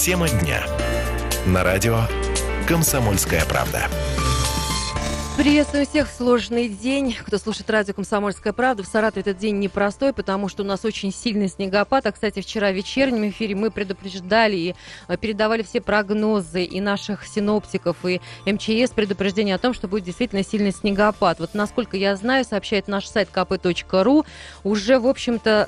Тема дня. На радио «Комсомольская правда». Приветствую всех в сложный день. Кто слушает радио «Комсомольская правда». В Саратове этот день непростой, потому что у нас очень сильный снегопад. А, кстати, вчера в вечернем эфире мы предупреждали и передавали все прогнозы и наших синоптиков, и МЧС предупреждение о том, что будет действительно сильный снегопад. Вот насколько я знаю, сообщает наш сайт kp.ru, уже, в общем-то,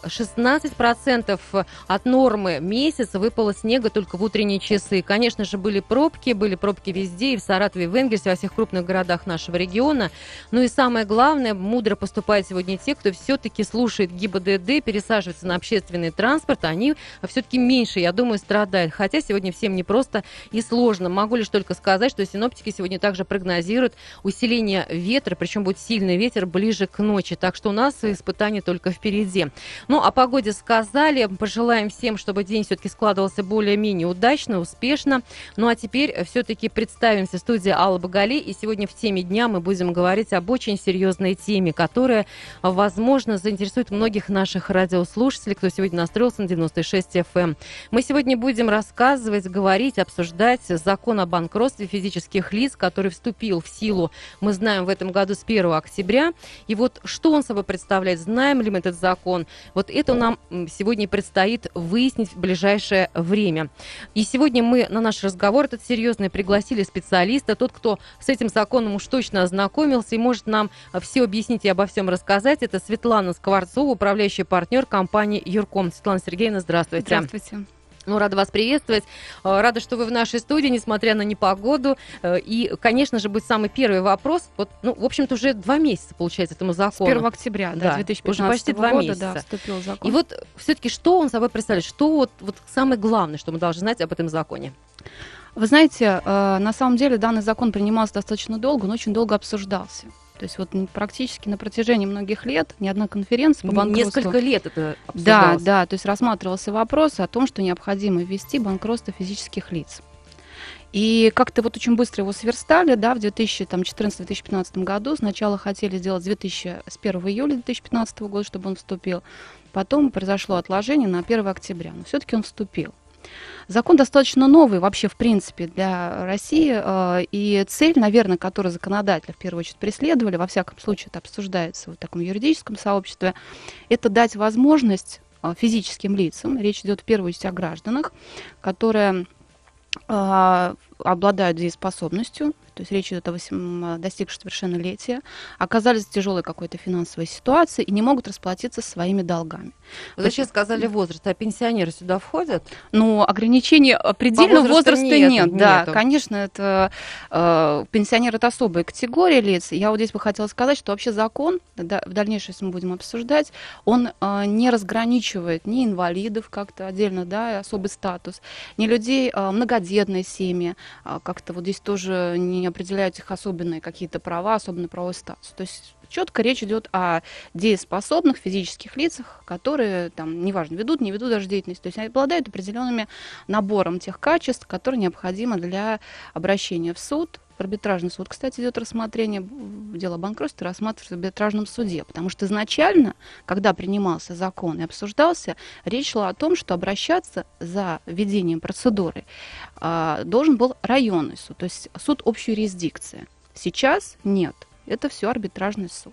16% от нормы месяца выпало снега только в утренние часы. Конечно же, были пробки везде, и в Саратове, и в Энгельсе, во всех крупных городах нашего региона. Ну и самое главное, мудро поступают сегодня те, кто все-таки слушает ГИБДД, пересаживается на общественный транспорт, они все-таки меньше, я думаю, страдают. Хотя сегодня всем непросто и сложно. Могу лишь только сказать, что синоптики сегодня также прогнозируют усиление ветра, причем будет сильный ветер ближе к ночи. Так что у нас испытания только впереди. Ну, о погоде сказали. Пожелаем всем, чтобы день все-таки складывался более-менее удачно, успешно. Ну, а теперь все-таки представимся. Студия Алла Багали. И сегодня в теме дня мы будем говорить об очень серьезной теме, которая, возможно, заинтересует многих наших радиослушателей, кто сегодня настроился на 96 FM. Мы сегодня будем рассказывать, говорить, обсуждать закон о банкротстве физических лиц, который вступил в силу, мы знаем, в этом году с 1 октября. И вот что он собой представляет, знаем ли мы этот закон, вот это нам сегодня предстоит выяснить в ближайшее время. И сегодня мы на наш разговор этот серьезный пригласили специалиста, тот, кто с этим законом уж точно ознакомился и может нам все объяснить и обо всем рассказать. Это Светлана Скворцова, управляющий партнер компании Юрком. Светлана Сергеевна, здравствуйте. Здравствуйте. Ну, рада вас приветствовать. Рада, что вы в нашей студии, несмотря на непогоду. И, конечно же, будет самый первый вопрос. Вот, ну, в общем-то, уже 2 месяца, получается, этому закону. С 1 октября, да, 2015 уже почти 2 года, месяца. да, вступил закон. И вот все-таки что он собой представляет? Что вот самое главное, что мы должны знать об этом законе? Вы знаете, на самом деле данный закон принимался достаточно долго, но очень долго обсуждался. То есть вот практически на протяжении многих лет ни одна конференция по банкротству... Несколько лет это обсуждалось. Да, то есть рассматривался вопрос о том, что необходимо ввести банкротство физических лиц. И как-то вот очень быстро его сверстали, да, в 2014-2015 году. Сначала хотели сделать с 1 июля 2015 года, чтобы он вступил. Потом произошло отложение на 1 октября, но все-таки он вступил. Закон достаточно новый вообще, в принципе, для России, и цель, наверное, которую законодатели в первую очередь преследовали, во всяком случае это обсуждается в таком юридическом сообществе, это дать возможность физическим лицам, речь идет в первую очередь о гражданах, которые обладают дееспособностью, то есть речь идет о достигших совершеннолетия, оказались в тяжелой какой-то финансовой ситуации и не могут расплатиться своими долгами. Вы сейчас сказали возраст, а пенсионеры сюда входят? Ну, ограничений предельного возраста нет. Да, нету. Конечно, это пенсионеры — это особая категория лиц. Я вот здесь бы хотела сказать, что вообще закон, да, в дальнейшем, если мы будем обсуждать, он не разграничивает ни инвалидов как-то отдельно, да, особый статус, ни людей многодетной семьи, как-то вот здесь тоже не определяют их особенные какие-то права, особенный правовой статус. То есть четко речь идет о дееспособных физических лицах, которые, там, неважно, ведут, не ведут даже деятельность, то есть они обладают определенными набором тех качеств, которые необходимы для обращения в суд. Арбитражный суд, кстати, идет рассмотрение дела о банкротстве, рассматривается в арбитражном суде, потому что изначально, когда принимался закон и обсуждался, речь шла о том, что обращаться за ведением процедуры должен был районный суд, то есть суд общей юрисдикции. Сейчас нет, это все арбитражный суд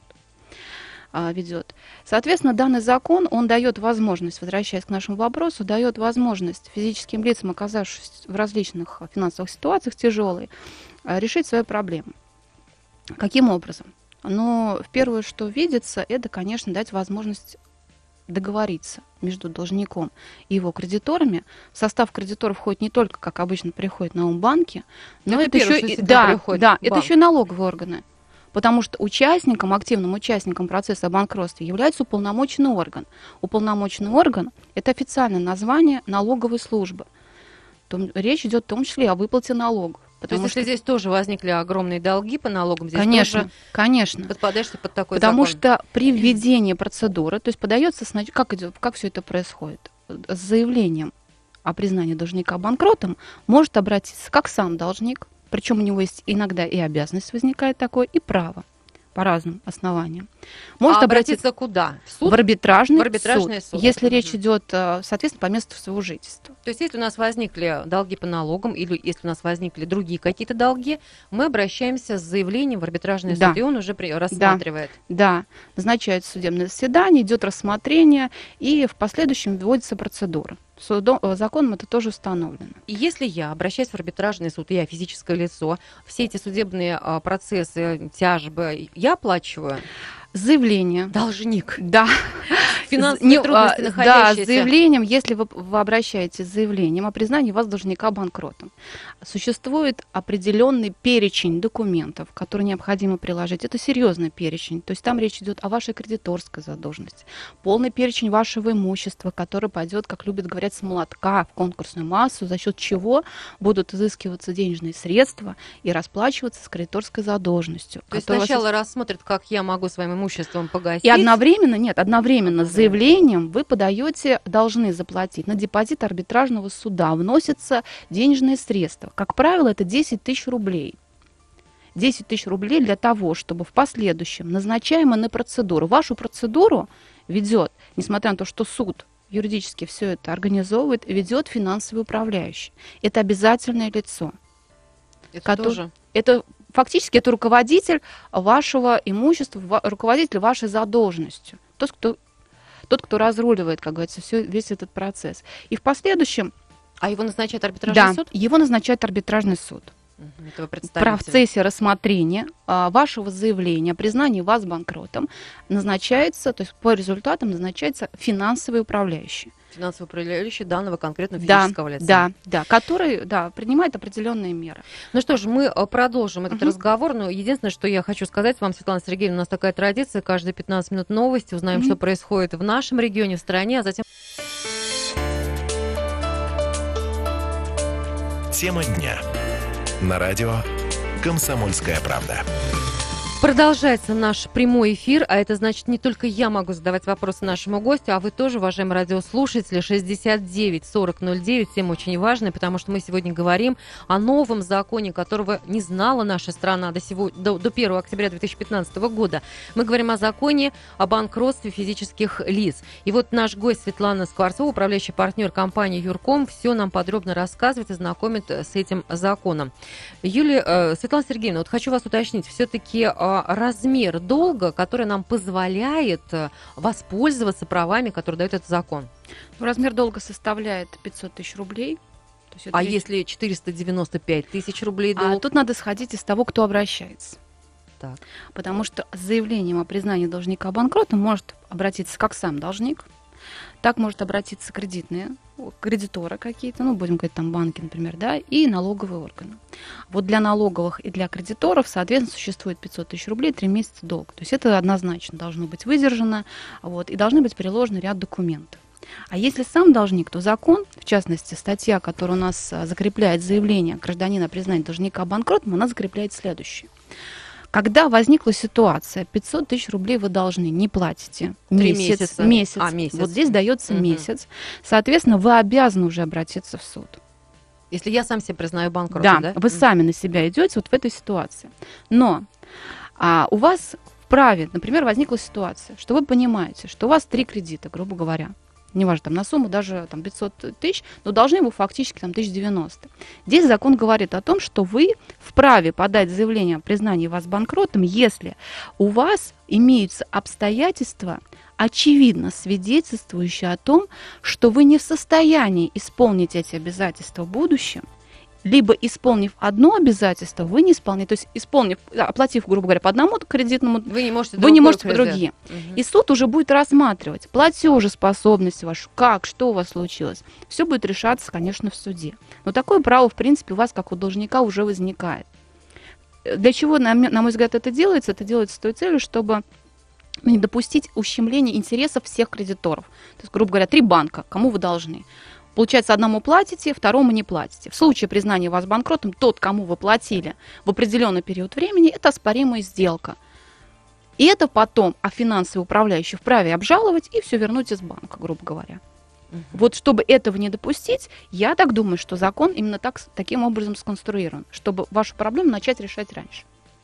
ведет. Соответственно, данный закон, он дает возможность, возвращаясь к нашему вопросу, дает возможность физическим лицам, оказавшись в различных финансовых ситуациях тяжелой, решить свои проблемы. Каким образом? Ну, первое, что видится, это, конечно, дать возможность договориться между должником и его кредиторами. В состав кредиторов входит не только, как обычно приходит на ум, банки, но это еще и налоговые органы. Потому что активным участником процесса банкротства является уполномоченный орган. Уполномоченный орган – это официальное название налоговой службы. Речь идет в том числе о выплате налогов. То есть, если здесь тоже возникли огромные долги по налогам, здесь конечно. Подпадаешься под такой Потому закон. что при введении процедуры, то есть подается, как все это происходит? С заявлением о признании должника банкротом может обратиться как сам должник, причем у него есть иногда и обязанность возникает такое, и право. по разным основаниям. Может обратиться куда? В суд? В арбитражный, суд. Если речь идет, соответственно, по месту своего жительства. То есть, если у нас возникли долги по налогам, или если у нас возникли другие какие-то долги, мы обращаемся с заявлением в арбитражный суд, и он уже рассматривает. Да, назначается судебное заседание, идет рассмотрение, и в последующем вводится процедура. Законом это тоже установлено. И если я обращаюсь в арбитражный суд, я физическое лицо, все эти судебные процессы, тяжбы я оплачиваю? Заявление. Должник. Да. Финансовые трудности находящиеся. Да, с заявлением, если вы обращаетесь с заявлением о признании вас должника банкротом, существует определенный перечень документов, которые необходимо приложить. Это серьезный перечень. То есть там речь идет о вашей кредиторской задолженности. Полный перечень вашего имущества, который пойдет, как любят говорить, с молотка в конкурсную массу, за счет чего будут изыскиваться денежные средства и расплачиваться с кредиторской задолженностью. То есть сначала рассмотрят, как я могу своим имуществом погасить. И одновременно с заявлением вы должны заплатить на депозит арбитражного суда, вносятся денежные средства. Как правило, это 10 тысяч рублей. 10 тысяч рублей для того, чтобы в последующем назначаемую на процедуру, вашу процедуру ведет, несмотря на то, что суд юридически все это организовывает, ведет финансовый управляющий. Это обязательное лицо. Это фактически это руководитель вашего имущества, руководитель вашей задолженностью. Тот, кто разруливает, как говорится, весь этот процесс. И в последующем... А его назначает арбитражный суд? Да, его назначает арбитражный суд. В процессе рассмотрения вашего заявления о признании вас банкротом назначается, то есть по результатам назначается финансовый управляющий. Финансовый управляющий данного конкретного физического лица. Да, который принимает определенные меры. Ну что ж, мы продолжим этот разговор, но единственное, что я хочу сказать вам, Светлана Сергеевна, у нас такая традиция, каждые 15 минут новости, узнаем, что происходит в нашем регионе, в стране, а затем... Тема дня. На радио «Комсомольская правда». Продолжается наш прямой эфир, а это значит, не только я могу задавать вопросы нашему гостю, а вы тоже, уважаемые радиослушатели, 69-40-09, тема очень важная, потому что мы сегодня говорим о новом законе, которого не знала наша страна до 1 октября 2015 года. Мы говорим о законе о банкротстве физических лиц. И вот наш гость Светлана Скворцова, управляющий партнер компании Юрком, все нам подробно рассказывает и знакомит с этим законом. Светлана Сергеевна, вот хочу вас уточнить, все-таки размер долга, который нам позволяет воспользоваться правами, которые дает этот закон? Размер долга составляет 500 тысяч рублей. То есть если 495 тысяч рублей долг? Тут надо сходить из того, кто обращается. Так. Потому что с заявлением о признании должника банкротом может обратиться как сам должник, так может обратиться кредиторы какие-то, будем говорить, там банки, например, да, и налоговые органы. Вот для налоговых и для кредиторов, соответственно, существует 500 тысяч рублей, 3 месяца долг. То есть это однозначно должно быть выдержано, и должны быть приложены ряд документов. А если сам должник, то закон, в частности, статья, которая у нас закрепляет заявление гражданина о признании должника банкротом, она закрепляет следующее. Когда возникла ситуация, 500 тысяч рублей вы должны, не платите. Месяц. Вот здесь дается месяц. Соответственно, вы обязаны уже обратиться в суд. Если я сам себя признаю банкротом, да? Вы сами на себя идете вот в этой ситуации. Но у вас в праве, например, возникла ситуация, что вы понимаете, что у вас 3 кредита, грубо говоря. Неважно, на сумму даже 500 тысяч, но должны вы фактически 1090. Здесь закон говорит о том, что вы вправе подать заявление о признании вас банкротом, если у вас имеются обстоятельства, очевидно свидетельствующие о том, что вы не в состоянии исполнить эти обязательства в будущем, либо исполнив одно обязательство, вы не исполните, то есть оплатив, грубо говоря, по одному кредитному, вы не можете по другим. И суд уже будет рассматривать платежеспособность вашу, что у вас случилось. Все будет решаться, конечно, в суде. Но такое право, в принципе, у вас, как у должника, уже возникает. Для чего, на мой взгляд, это делается? Это делается с той целью, чтобы не допустить ущемления интересов всех кредиторов. То есть, грубо говоря, 3 банка, кому вы должны. Получается, одному платите, второму не платите. В случае признания вас банкротом, тот, кому вы платили в определенный период времени, это оспоримая сделка. И это потом финансовый управляющий вправе обжаловать и все вернуть из банка, грубо говоря. Вот чтобы этого не допустить, я так думаю, что закон именно таким образом сконструирован, чтобы вашу проблему начать решать раньше.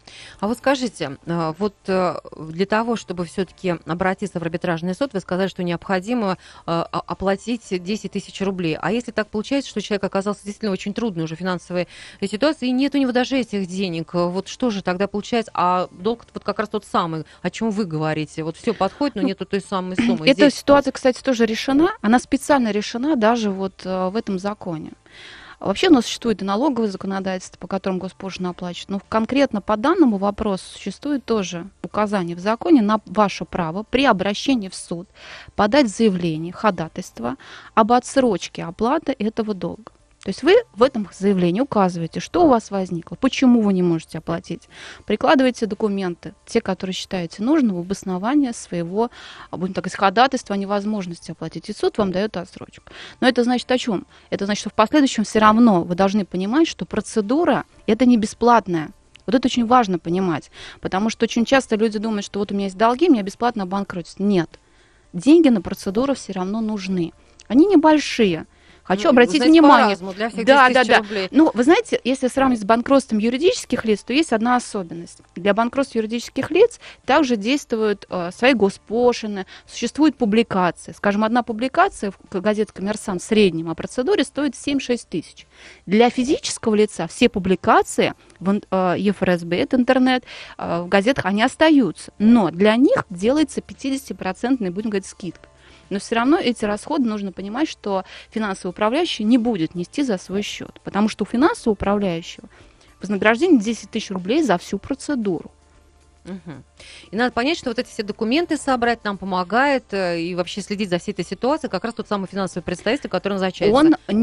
А вот скажите, для того, чтобы все-таки обратиться в арбитражный суд, вы сказали, что необходимо оплатить 10 тысяч рублей. А если так получается, что человек оказался действительно очень трудной уже финансовой ситуации, и нет у него даже этих денег, вот что же тогда получается? А долг вот как раз тот самый, о чем вы говорите. Вот все подходит, но нету той самой суммы. Эта ситуация, кстати, тоже решена. Она специально решена даже вот в этом законе. Вообще у нас существует и налоговое законодательство, по которому госпошлина оплачивает, но конкретно по данному вопросу существует тоже указание в законе на ваше право при обращении в суд подать заявление, ходатайство об отсрочке оплаты этого долга. То есть вы в этом заявлении указываете, что у вас возникло, почему вы не можете оплатить. Прикладываете документы, те, которые считаете нужным, в обоснование своего, будем так сказать, ходатайства о невозможности оплатить. И суд вам дает отсрочку. Но это значит о чем? Это значит, что в последующем все равно вы должны понимать, что процедура это не бесплатная. Вот это очень важно понимать, потому что очень часто люди думают, что вот у меня есть долги, меня бесплатно обанкротят. Нет, деньги на процедуру все равно нужны. Они небольшие. Хочу обратить внимание. Для всех да. Рублей. Ну, вы знаете, если сравнивать с банкротством юридических лиц, то есть одна особенность. Для банкротства юридических лиц также действуют свои госпошлины, существуют публикации. Скажем, одна публикация в газете «Коммерсант» в среднем о процедуре стоит 7-6 тысяч. Для физического лица все публикации в ЕФРСБ, это интернет, в газетах, они остаются. Но для них делается 50%, будем говорить, скидка. Но все равно эти расходы нужно понимать, что финансовый управляющий не будет нести за свой счет, потому что у финансового управляющего вознаграждение 10 тысяч рублей за всю процедуру. Угу. И надо понять, что вот эти все документы собрать нам помогает и вообще следить за всей этой ситуацией как раз тот самый финансовый представитель, который назначается.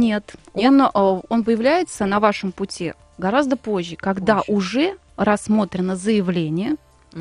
Он появляется на вашем пути гораздо позже, когда уже рассмотрено заявление,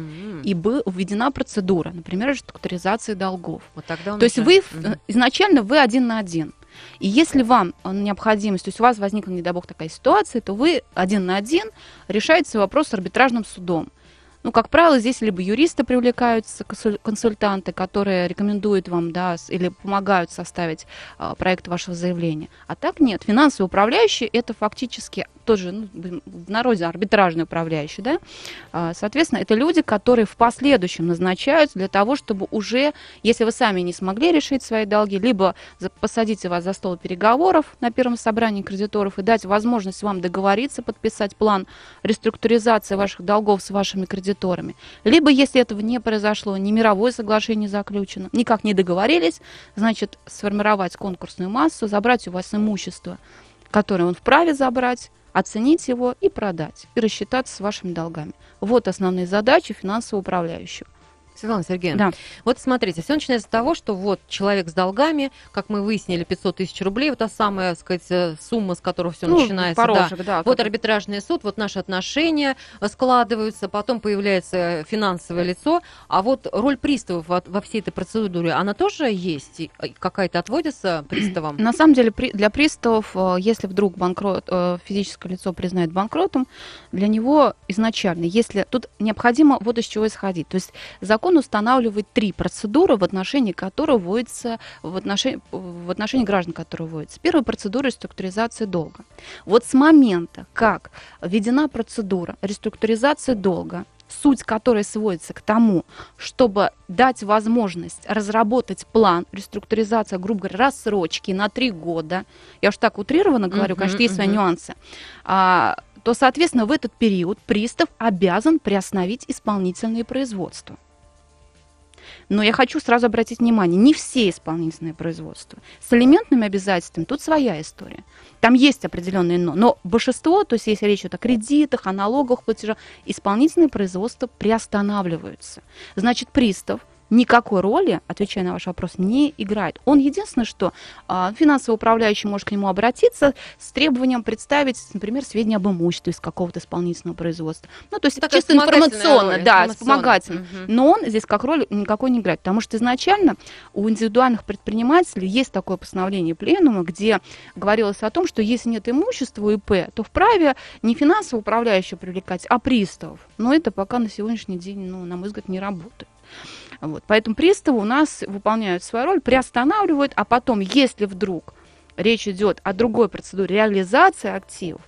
и введена процедура, например, реструктуризации долгов. Вот тогда то есть вы изначально вы один на один. И если вам необходимость, то есть у вас возникла, не дай бог, такая ситуация, то вы один на один решаете свой вопрос с арбитражным судом. Ну, как правило, здесь либо юристы привлекаются, консультанты, которые рекомендуют вам, или помогают составить проект вашего заявления. А так нет. Финансовый управляющий – это фактически тоже, в народе арбитражный управляющий, да? Соответственно, это люди, которые в последующем назначаются для того, чтобы уже, если вы сами не смогли решить свои долги, либо посадить вас за стол переговоров на первом собрании кредиторов и дать возможность вам договориться, подписать план реструктуризации ваших долгов с вашими кредиторами. Либо, если этого не произошло, ни мировое соглашение заключено, никак не договорились, значит, сформировать конкурсную массу, забрать у вас имущество, которое он вправе забрать, оценить его и продать, и рассчитаться с вашими долгами. Вот основные задачи финансового управляющего. Светлана Сергеевна, вот смотрите, все начинается с того, что вот человек с долгами, как мы выяснили, 500 тысяч рублей, вот та самая, так сказать, сумма, с которой все начинается. Порожек, Вот арбитражный суд, вот наши отношения складываются, потом появляется финансовое лицо, а вот роль приставов во всей этой процедуре, она тоже есть? И какая-то отводится приставам? На самом деле для приставов, если вдруг физическое лицо признает банкротом, для него изначально, если тут необходимо вот из чего исходить, то есть закон устанавливает 3 процедуры, в отношении которых вводится, в отношении граждан, которые вводятся. Первая процедура реструктуризации долга. Вот с момента, как введена процедура реструктуризации долга, суть которой сводится к тому, чтобы дать возможность разработать план реструктуризации, грубо говоря, рассрочки на 3 года, я уж так утрированно говорю, конечно, есть свои нюансы, то, соответственно, в этот период пристав обязан приостановить исполнительные производства. Но я хочу сразу обратить внимание, не все исполнительные производства. С алиментными обязательствами тут своя история. Там есть определенные но большинство, то есть если речь идет о кредитах, о налоговых платежах, исполнительные производства приостанавливаются. Значит, пристав никакой роли, отвечая на ваш вопрос, не играет. Он единственное, что финансовый управляющий может к нему обратиться с требованием представить, например, сведения об имуществе из какого-то исполнительного производства. Ну, то есть это чисто информационно, вспомогательно. Но он здесь как роль никакой не играет, потому что изначально у индивидуальных предпринимателей есть такое постановление пленума, где говорилось о том, что если нет имущества у ИП, то вправе не финансового управляющего привлекать, а приставов. Но это пока на сегодняшний день, на мой взгляд, не работает. Вот. Поэтому приставы у нас выполняют свою роль, приостанавливают, а потом, если вдруг речь идет о другой процедуре реализации активов,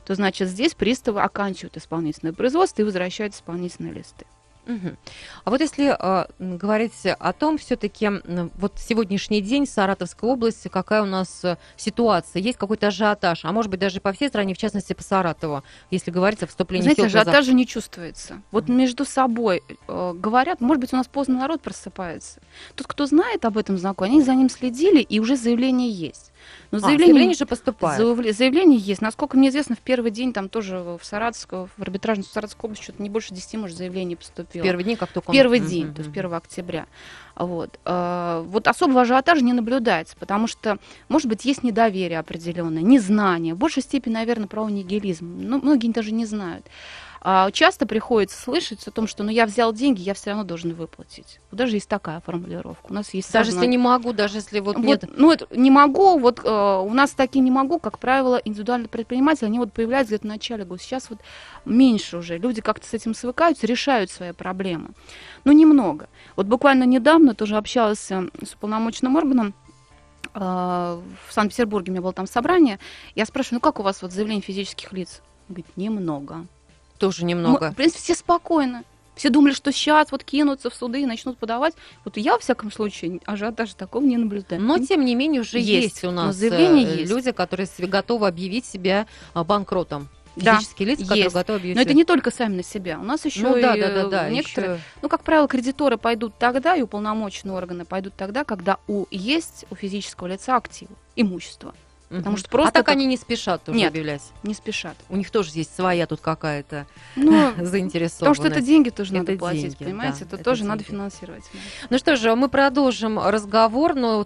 то, значит, здесь приставы оканчивают исполнительное производство и возвращают исполнительные листы. Мгм. А вот если говорить о том, все-таки вот сегодняшний день, Саратовская область, какая у нас ситуация? Есть какой-то ажиотаж, а может быть даже по всей стране, в частности по Саратову, если говорить о вступлении Знаете, сил в назад? ажиотажа не чувствуется. Вот между собой говорят, может быть, у нас поздно народ просыпается. Тот, кто знает об этом законе, они за ним следили, и уже заявление есть. Но Заявление же поступает. Заявление есть. Насколько мне известно, в первый день там тоже в арбитражную Саратовскую область что-то не больше 10, может, заявлений поступило. Первый день, как только он... Первый день, то есть 1 октября. Вот. Вот особого ажиотажа не наблюдается, потому что, может быть, есть недоверие определенное, незнание, в большей степени, наверное, правовой нигилизм. Но многие даже не знают. Часто приходится слышать о том, что я взял деньги, я все равно должен выплатить. Вот даже есть такая формулировка. У нас есть Даже если не могу, даже если вот нет... Ну, это не могу, у нас такие не могу, как правило, индивидуальные предприниматели, они вот появляются где-то в начале года. Сейчас вот меньше уже. Люди как-то с этим свыкаются, решают свои проблемы. Но немного. Вот буквально недавно тоже общалась с уполномоченным органом, в Санкт-Петербурге у меня было там собрание. Я спрашиваю, как у вас вот заявление физических лиц? Он говорит, немного. Тоже немного. В принципе, все спокойно. Все думали, что сейчас вот кинутся в суды и начнут подавать. Вот я, во всяком случае, ажиотажа такого не наблюдаю. Но, тем не менее, уже есть у нас люди, которые готовы объявить себя банкротом. Физические лица, которые готовы объявить. Но это не только сами на себя. У нас еще некоторые... Ну, как правило, кредиторы пойдут тогда, и уполномоченные органы пойдут тогда, когда есть у физического лица активы, имущество. Потому что просто так они не спешат тоже объявлять. Не спешат. У них тоже есть своя тут какая-то заинтересованность. Потому что это деньги тоже надо платить, понимаете? Это тоже надо финансировать. Ну что же, мы продолжим разговор, но...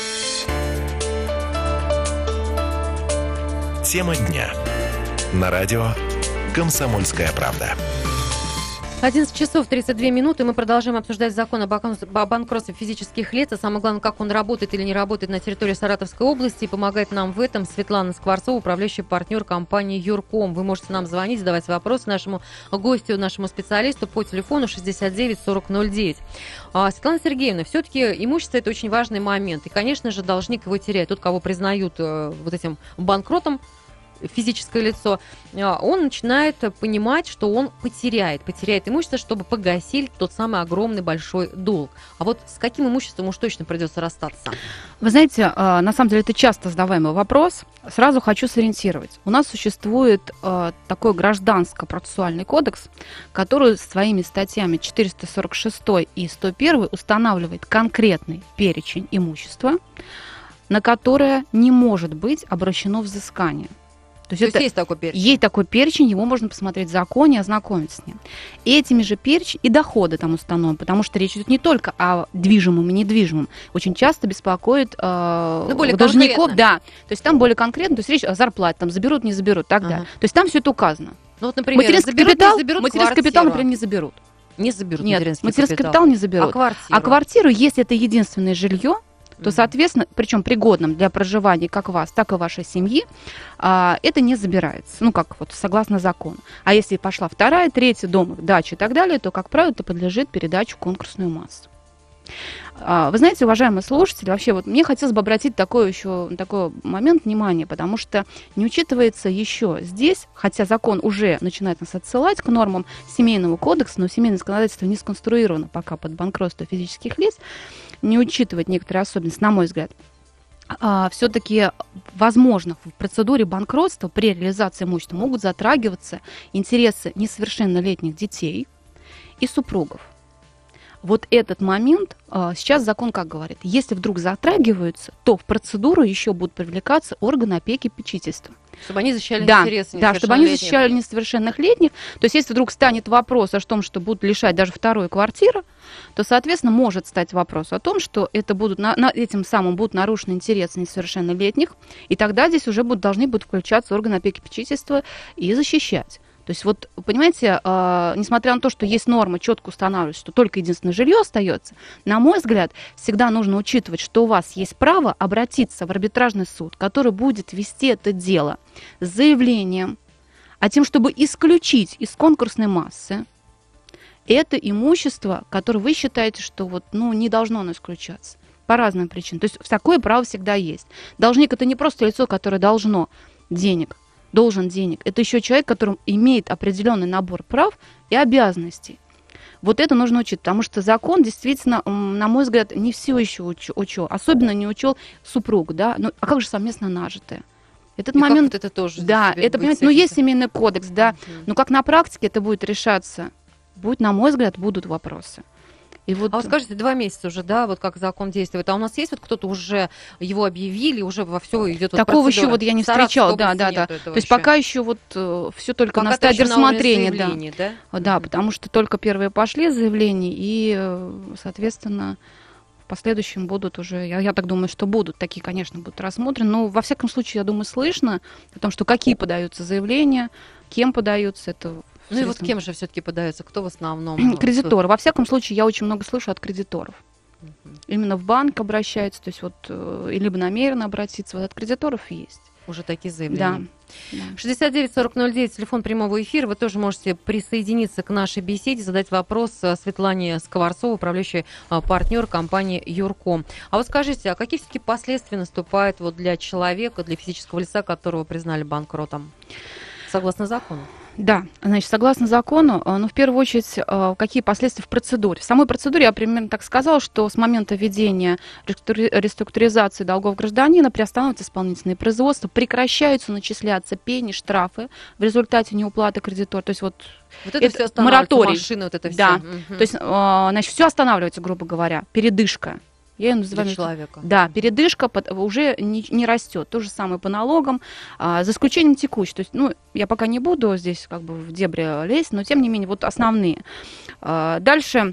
Тема дня. На радио «Комсомольская правда». 11 часов 32 минуты. Мы продолжаем обсуждать закон о банкротстве физических лиц. А самое главное, как он работает или не работает на территории Саратовской области. И помогает нам в этом Светлана Скворцова, управляющий партнер компании Юрком. Вы можете нам звонить, задавать вопросы нашему гостю, нашему специалисту по телефону 69 40 09. Светлана Сергеевна, все-таки имущество – это очень важный момент. И, конечно же, должник его теряет. Тот, кого признают вот этим банкротом, физическое лицо, он начинает понимать, что он потеряет имущество, чтобы погасить тот самый огромный большой долг. А вот с каким имуществом уж точно придется расстаться? Вы знаете, на самом деле это часто задаваемый вопрос. Сразу хочу сориентировать. У нас существует такой гражданско-процессуальный кодекс, который своими статьями 446 и 101 устанавливает конкретный перечень имущества, на которое не может быть обращено взыскание. То есть такой перечень? Есть такой перечень, его можно посмотреть в законе, ознакомиться с ним. И этими же перечень и доходы там установлены, потому что речь идет не только о движимом и недвижимом. Очень часто беспокоит должников. Да, то есть там более конкретно, то есть речь о зарплате, там заберут, не заберут, так далее. То есть там все это указано. Ну вот, например, материнский капитал, например, не заберут. Не заберут. Нет, материнский капитал не заберут. А квартиру, если это единственное жилье, то, соответственно, причем пригодным для проживания как вас, так и вашей семьи, это не забирается, ну, как вот согласно закону. А если пошла вторая, третья, дом, дача и так далее, то, как правило, это подлежит передаче в конкурсную массу. Вы знаете, уважаемые слушатели, вообще вот мне хотелось бы обратить такой момент внимания, потому что не учитывается еще здесь, хотя закон уже начинает нас отсылать к нормам семейного кодекса, но семейное законодательство не сконструировано пока под банкротство физических лиц, не учитывает некоторые особенности, на мой взгляд. Все-таки, возможно, в процедуре банкротства при реализации имущества могут затрагиваться интересы несовершеннолетних детей и супругов. Вот этот момент сейчас закон как говорит, если вдруг затрагиваются, то в процедуру еще будут привлекаться органы опеки и попечительства. Чтобы они защищали интересы несовершеннолетних. Да, чтобы они защищали несовершеннолетних. То есть если вдруг станет вопрос о том, что будут лишать даже вторую квартиру, то, соответственно, может стать вопрос о том, что это этим самым будут нарушены интересы несовершеннолетних, и тогда здесь уже должны будут включаться органы опеки и попечительства и защищать. То есть вот, понимаете, несмотря на то, что есть норма, четко устанавливает, что только единственное жилье остается, на мой взгляд, всегда нужно учитывать, что у вас есть право обратиться в арбитражный суд, который будет вести это дело с заявлением о том, чтобы исключить из конкурсной массы это имущество, которое вы считаете, что не должно оно исключаться по разным причинам. То есть такое право всегда есть. Должник – это не просто лицо, которое должно денег должен денег. Это еще человек, который имеет определенный набор прав и обязанностей. Вот это нужно учить, потому что закон действительно, на мой взгляд, не все еще учел, особенно не учел супруг, да, ну, а как же совместно нажитое? Этот И момент, это тоже. да, это, понимаете, ну, есть семейный кодекс, да, но как на практике это будет решаться, на мой взгляд, будут вопросы. И вот... А вот скажите, 2 месяца уже, да, вот как закон действует, а у нас есть вот кто-то уже, его объявили, уже во все идет Такого вот еще вот я не встречала, да. То есть пока еще вот все только на стадии рассмотрения, да. Да, потому что только первые пошли заявления, и, соответственно, в последующем будут уже, я так думаю, что будут, такие, конечно, будут рассмотрены, но во всяком случае, я думаю, слышно о том, что какие подаются заявления, кем подаются, это... Ну и вот кем же все-таки подается? Кто в основном? Кредиторы. Во всяком случае, я очень много слышу от кредиторов. Именно в банк обращаются, то есть вот либо намеренно обратиться, вот от кредиторов есть. Уже такие заявления. Да. 69-40-09, телефон прямого эфира. Вы тоже можете присоединиться к нашей беседе, задать вопрос Светлане Скворцовой, управляющей партнер компании Юрком. А вот скажите, а какие все-таки последствия наступают вот для человека, для физического лица, которого признали банкротом, согласно закону? Да, значит, согласно закону, ну, в первую очередь, какие последствия в процедуре. В самой процедуре я примерно так сказала, что с момента введения реструктуризации долгов гражданина приостанавливаются исполнительные производства, прекращаются начисляться пени, штрафы в результате неуплаты кредитора. То есть вот это все мораторий. Машины, вот это все. Да, то есть, значит, все останавливается, грубо говоря, передышка. Я ее называю, для человека. Да, передышка уже не растет. То же самое по налогам, за исключением текущих. То есть, ну, я пока не буду здесь как бы в дебри лезть, но тем не менее, вот основные. Дальше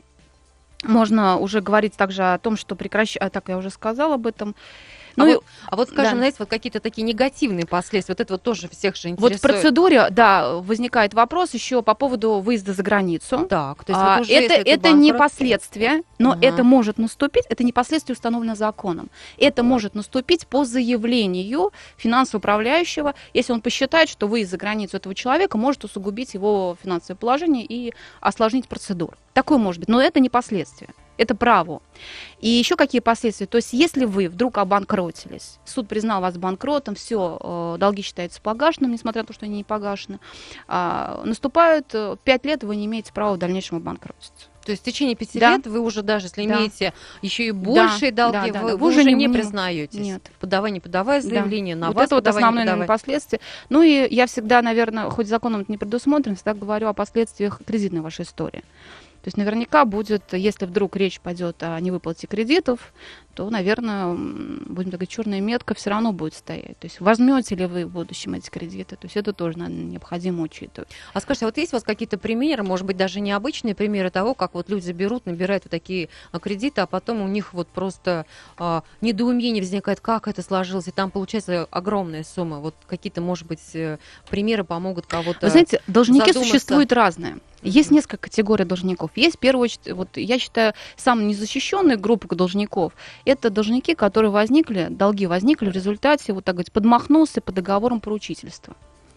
можно уже говорить также о том, что так, я уже сказала об этом. Ну, вот, скажем, да, знаете, вот какие-то такие негативные последствия, вот это вот тоже всех же интересует. Вот в процедуре, да, возникает вопрос еще по поводу выезда за границу. Так, то есть вот уже, это не последствия, но это может наступить, это не последствия, установлено законом. Это может наступить по заявлению финансового управляющего, если он посчитает, что выезд за границу этого человека может усугубить его финансовое положение и осложнить процедуру. Такое может быть, но это не последствия. Это право. И еще какие последствия? То есть, если вы вдруг обанкротились, суд признал вас банкротом, все, долги считаются погашенным, несмотря на то, что они не погашены, наступает 5 лет, вы не имеете права в дальнейшем обанкротиться. То есть в течение 5 лет вы уже, даже если имеете еще и большие долги, вы уже не признаетесь. Нет. Не подавая заявление, на вот вас это вот основное, наверное, последствие. Ну и я всегда, наверное, хоть законом это не предусмотрено, всегда говорю о последствиях кредитной вашей истории. То есть наверняка будет, если вдруг речь пойдет о невыплате кредитов, то, наверное, будем так говорить, черная метка все равно будет стоять. То есть возьмете ли вы в будущем эти кредиты, то есть это тоже необходимо учитывать. А скажите, а вот есть у вас какие-то примеры, может быть, даже необычные примеры того, как вот люди набирают вот такие кредиты, а потом у них вот просто недоумение возникает, как это сложилось, и там получается огромная сумма. Вот какие-то, может быть, примеры помогут кого-то. Вы знаете, должники существуют разные. Есть несколько категорий должников. Есть, в первую очередь, вот я считаю, самая незащищенная группа должников – это должники, которые долги возникли в результате, вот так говорить, подмахнулся по договорам поручительства.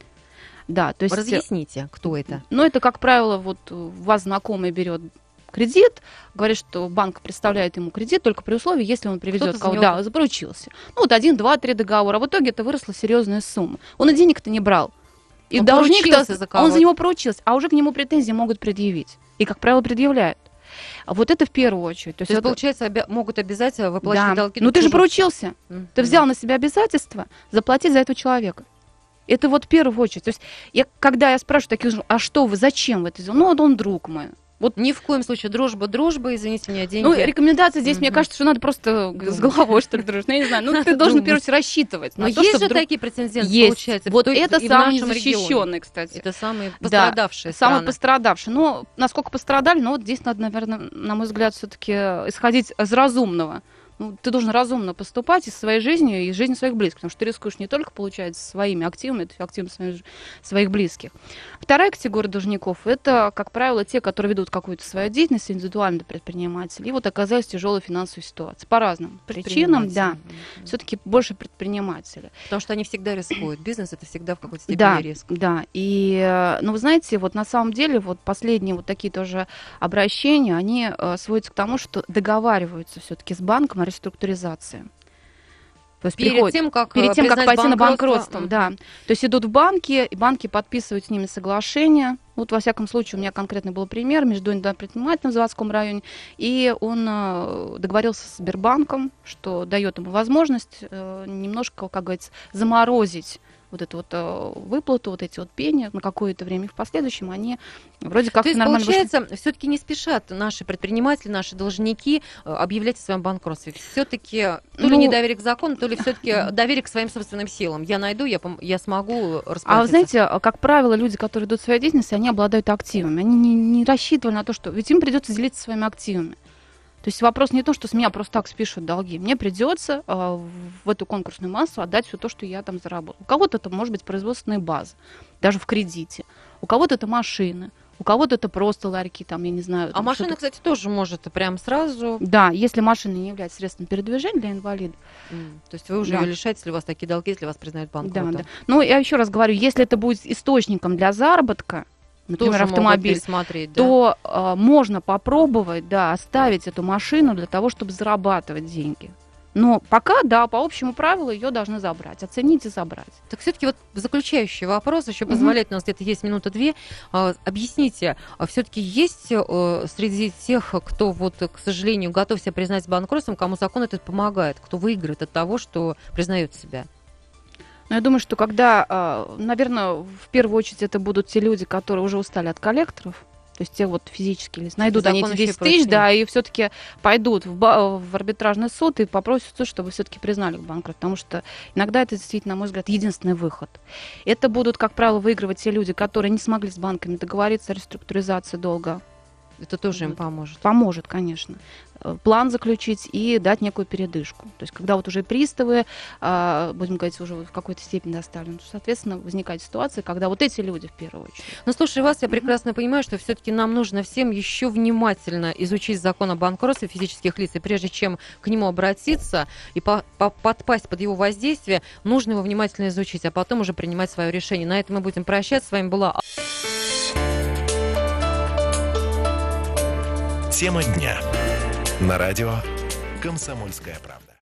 Да, то есть, разъясните, кто это? Ну, это, как правило, вот вас знакомый берет кредит, говорит, что банк представляет ему кредит только при условии, если он приведет кого-то. Да, поручился. Ну, вот 1, 2, 3 договора. А в итоге это выросла серьезная сумма. Он и денег-то не брал. И должник-то, он за него поручился, а уже к нему претензии могут предъявить. И, как правило, предъявляют. Вот это в первую очередь. То есть получается, могут обязать выплачивать долги. Ну ты же поручился. Ты взял на себя обязательство заплатить за этого человека. Это вот в первую очередь. То есть когда я спрашиваю таких, а что вы, зачем вы это сделали? Ну, вот он друг мой. Вот ни в коем случае дружба, извините меня, деньги. Ну, рекомендация здесь, мне кажется, что надо просто с головой, что ли, дружить. Ну, я не знаю, ну, ты должен, в первую очередь, рассчитывать. Но есть же такие претенденты, получается. Вот это самые защищенные, кстати. Это самые пострадавшие страны. Самые пострадавшие. Но насколько пострадали, ну, вот здесь надо, наверное, на мой взгляд, все-таки исходить из разумного. Ну, ты должен разумно поступать и со своей жизнью, и жизнью своих близких, потому что ты рискуешь не только, получается, своими активами, это активами своих близких. Вторая категория должников – это, как правило, те, которые ведут какую-то свою деятельность, индивидуальные предприниматели, и вот оказались в тяжелой финансовой ситуации. По разным причинам, да, все-таки больше предприниматели. Потому что они всегда рискуют. Бизнес – это всегда в какой-то степени риск. Да, и, ну, вы знаете, вот на самом деле, вот последние вот такие тоже обращения, они сводятся к тому, что договариваются все-таки с банком о реструктуризации. То есть Перед тем, как пойти на банкротство, банкротство. да. То есть идут в банки, и банки подписывают с ними соглашение. Вот, во всяком случае, у меня конкретный был пример между предпринимателем в заводском районе, и он договорился с Сбербанком, что дает ему возможность немножко, как говорится, заморозить вот эту вот выплату, вот эти вот пени на какое-то время. В последующем они вроде как То есть, нормально получается, все-таки не спешат наши предприниматели, наши должники объявлять о своем банкротстве. Все-таки то ли недоверие к закону, то ли все-таки доверие к своим собственным силам. Я найду, я смогу расплатиться. А вы знаете, как правило, люди, которые идут в свою деятельность, они обладают активами. Они не рассчитывали на то, что... Ведь им придется делиться своими активами. То есть вопрос не в том, что с меня просто так спишут долги. Мне придется в эту конкурсную массу отдать все то, что я там заработал. У кого-то это может быть производственная база, даже в кредите. У кого-то это машины, у кого-то это просто ларьки, там, я не знаю. А машина, кстати, тоже может прям сразу... Да, если машина не является средством передвижения для инвалидов. То есть вы уже ее лишаете, если у вас такие долги, если вас признают банкротом. Да. Ну, я еще раз говорю, если это будет источником для заработка, например, тоже автомобиль, то можно попробовать, оставить эту машину для того, чтобы зарабатывать деньги. Но пока, по общему правилу, ее должны забрать, оценить и забрать. Так все-таки вот заключающий вопрос, еще позволяет, у нас где-то есть минута 2. Объясните, все-таки есть среди тех, кто, вот, к сожалению, готов себя признать банкротством, кому закон этот помогает, кто выиграет от того, что признает себя? Но я думаю, что когда, наверное, в первую очередь это будут те люди, которые уже устали от коллекторов, то есть те вот физические лица, найдут они эти 10 тысяч, и все-таки пойдут в арбитражный суд и попросят суд, чтобы все-таки признали их банкрот, потому что иногда это действительно, на мой взгляд, единственный выход. Это будут, как правило, выигрывать те люди, которые не смогли с банками договориться о реструктуризации долга. Это тоже им поможет? Поможет, конечно. План заключить и дать некую передышку. То есть, когда вот уже приставы, будем говорить, уже в какой-то степени доставлены, то, соответственно, возникает ситуация, когда вот эти люди в первую очередь. Ну, слушай, вас, я прекрасно понимаю, что все-таки нам нужно всем еще внимательно изучить закон о банкротстве физических лиц, и прежде чем к нему обратиться и подпасть под его воздействие, нужно его внимательно изучить, а потом уже принимать свое решение. На этом мы будем прощаться. С вами была... Тема дня. На радио «Комсомольская правда».